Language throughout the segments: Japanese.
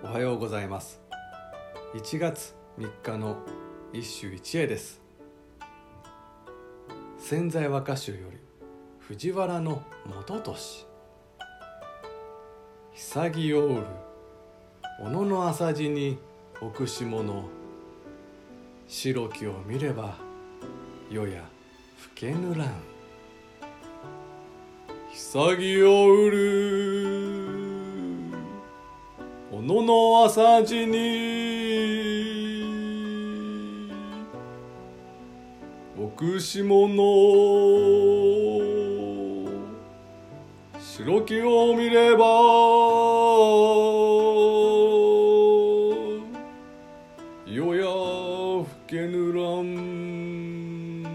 おはようございます。1月3日の一首一会です。千載和歌集より藤原元俊。潔おる小野の浅地に置くし物、白きを見れば夜や更けぬらん。潔おる小野の浅地に置くし物、白きを見れば夜や更けぬらん。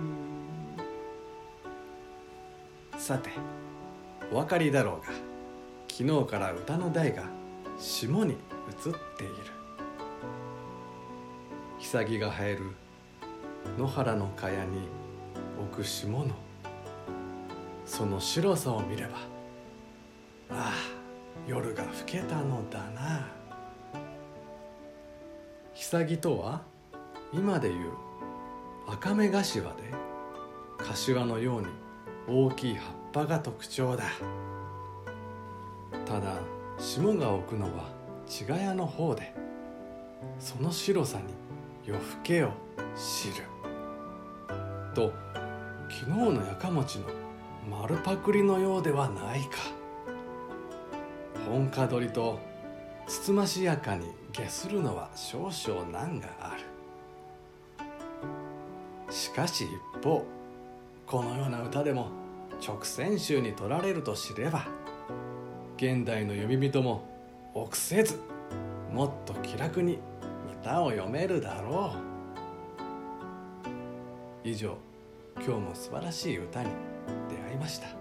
さて、お分かりだろうが、昨日から歌の題が霜に移っている。潔が生える野原の茅に置く霜のその白さを見れば、ああ、夜が更けたのだな。潔とは今でいう赤目柏で、柏のように大きい葉っぱが特徴だ。ただ霜が置くのは茅ヶ谷の方で、その白さに夜更けを知ると、昨日のやかもちの丸パクリのようではないか。本歌取りとつつましやかに下するのは少々難がある。しかし一方、このような歌でも直線集に取られると知れば、現代の読み人も臆せずもっと気楽に歌を読めるだろう。以上、今日も素晴らしい歌に出会いました。